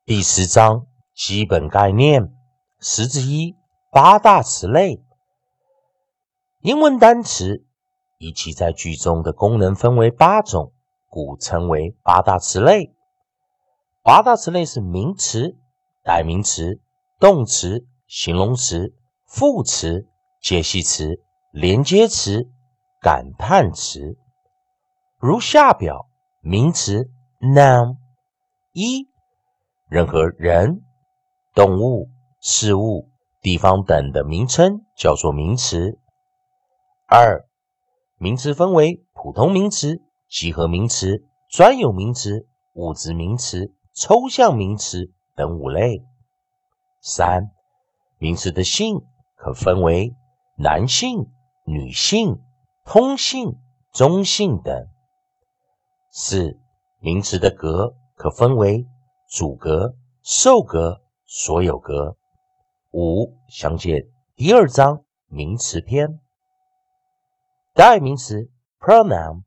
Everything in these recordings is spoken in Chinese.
第10章基本概念10之1八大词类。英文单词以其在句中的功能分为8种，故称为八大词类。八大词类是名词、代名词、动词、形容词、副词、介系词、连接词、感叹词。如下表：名词 noun， 1. 任何人、动物、事物、地方等的名称叫做名词。2. 名词分为普通名词、集合名词、专有名词、物质名词、抽象名词等5类。3. 名词的性可分为男性、女性、通性、中性等。4. 名词的格可分为主格、受格、所有格。5. 详解第2章名词篇。代名词 pronoun。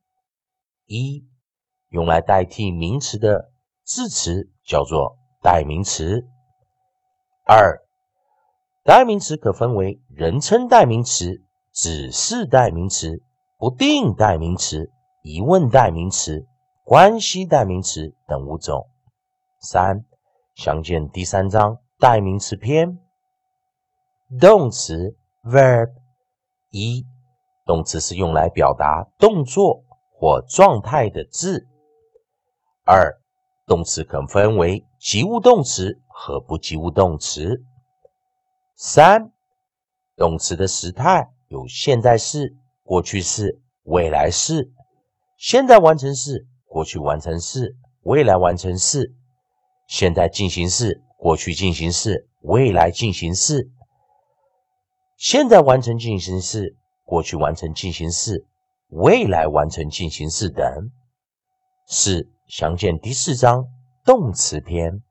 1. 用来代替名词的字词叫做代名词。2. 代名词可分为人称代名词、指示代名词、不定代名词、疑问代名词、关系代名词等5种。3. 详见第3章代名词篇。动词 verb。 1. 动词是用来表达动作或状态的字。2. 动词可分为及物动词和不及物动词。3. 动词的时态有现在式、过去式、未来式、现在完成式、过去完成式、未来完成式、现在进行式、过去进行式、未来进行式、现在完成进行式、过去完成进行式、未来完成进行式等。4. 详见第4章动词篇。